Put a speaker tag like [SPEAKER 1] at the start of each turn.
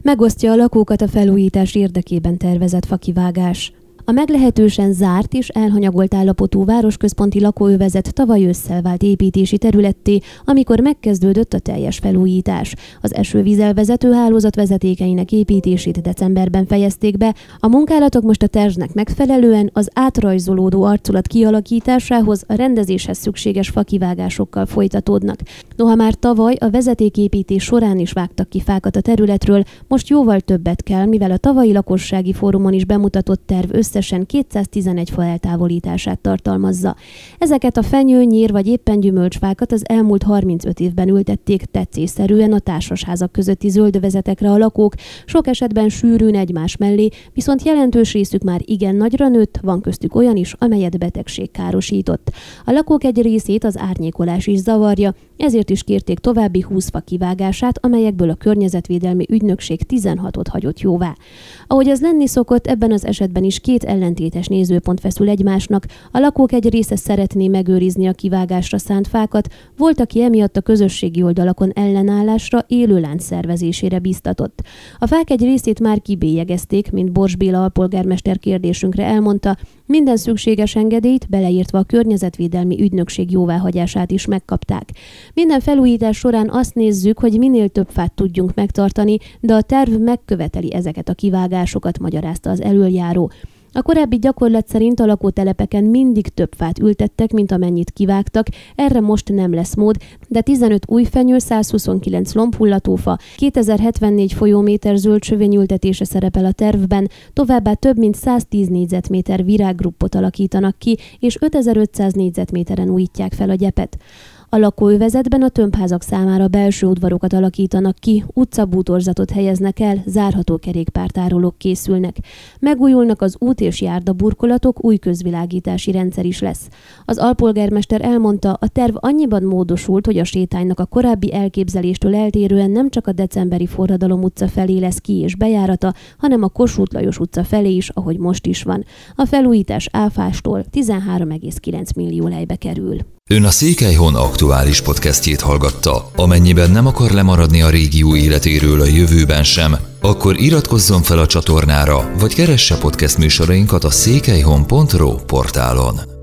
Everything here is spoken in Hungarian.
[SPEAKER 1] Megosztja a lakókat a felújítás érdekében tervezett fakivágás. A meglehetősen zárt és elhanyagolt állapotú városközponti lakóövezet tavaly ősszel vált építési területté, amikor megkezdődött a teljes felújítás. Az esővízelvezető hálózat vezetékeinek építését decemberben fejezték be, a munkálatok most a tervnek megfelelően az átrajzolódó arculat kialakításához a rendezéshez szükséges fakivágásokkal folytatódnak. Noha már tavaly a vezetéképítés során is vágtak ki fákat a területről, most jóval többet kell, mivel a tavalyi lakossági fórumon is bemutatott terv összesen 211 fa eltávolítását tartalmazza. Ezeket a fenyő, nyír vagy éppen gyümölcsfákat az elmúlt 35 évben ültették tetszésszerűen a társasházak közötti zöldövezetekre a lakók, sok esetben sűrűn egymás mellé, viszont jelentős részük már igen nagyra nőtt, van köztük olyan is, amelyet betegség károsított. A lakók egy részét az árnyékolás is zavarja, ezért is kérték további 20 fa kivágását, amelyekből a Környezetvédelmi Ügynökség 16-ot hagyott jóvá. Ahogy ez lenni szokott, ebben az esetben is két ellentétes nézőpont feszül egymásnak, a lakók egy része szeretné megőrizni a kivágásra szánt fákat, volt, aki emiatt a közösségi oldalakon ellenállásra, élőlánc szervezésére biztatott. A fák egy részét már kibélyegezték, mint Bors Béla alpolgármester kérdésünkre elmondta, minden szükséges engedélyt, beleértve a Környezetvédelmi Ügynökség jóváhagyását is megkapták. Minden felújítás során azt nézzük, hogy minél több fát tudjunk megtartani, de a terv megköveteli ezeket a kivágásokat, magyarázta az elöljáró. A korábbi gyakorlat szerint a lakótelepeken mindig több fát ültettek, mint amennyit kivágtak, erre most nem lesz mód, de 15 új fenyő, 129 lombhullatófa, 2074 folyóméter zöldsövény ültetése szerepel a tervben, továbbá több mint 110 négyzetméter virággruppot alakítanak ki, és 5500 négyzetméteren újítják fel a gyepet. A lakóövezetben a tömbházak számára belső udvarokat alakítanak ki, utcabútorzatot helyeznek el, zárható kerékpártárolók készülnek. Megújulnak az út- és járdaburkolatok, új közvilágítási rendszer is lesz. Az alpolgármester elmondta, a terv annyiban módosult, hogy a sétánynak a korábbi elképzeléstől eltérően nem csak a decemberi Forradalom utca felé lesz ki- és bejárata, hanem a Kossuth Lajos utca felé is, ahogy most is van. A felújítás áfástól 13,9 millió lejbe kerül.
[SPEAKER 2] Ön a Székelyhon aktuális podcastjét hallgatta. Amennyiben nem akar lemaradni a régió életéről a jövőben sem, akkor iratkozzon fel a csatornára, vagy keresse podcast műsorainkat a székelyhon.ro portálon.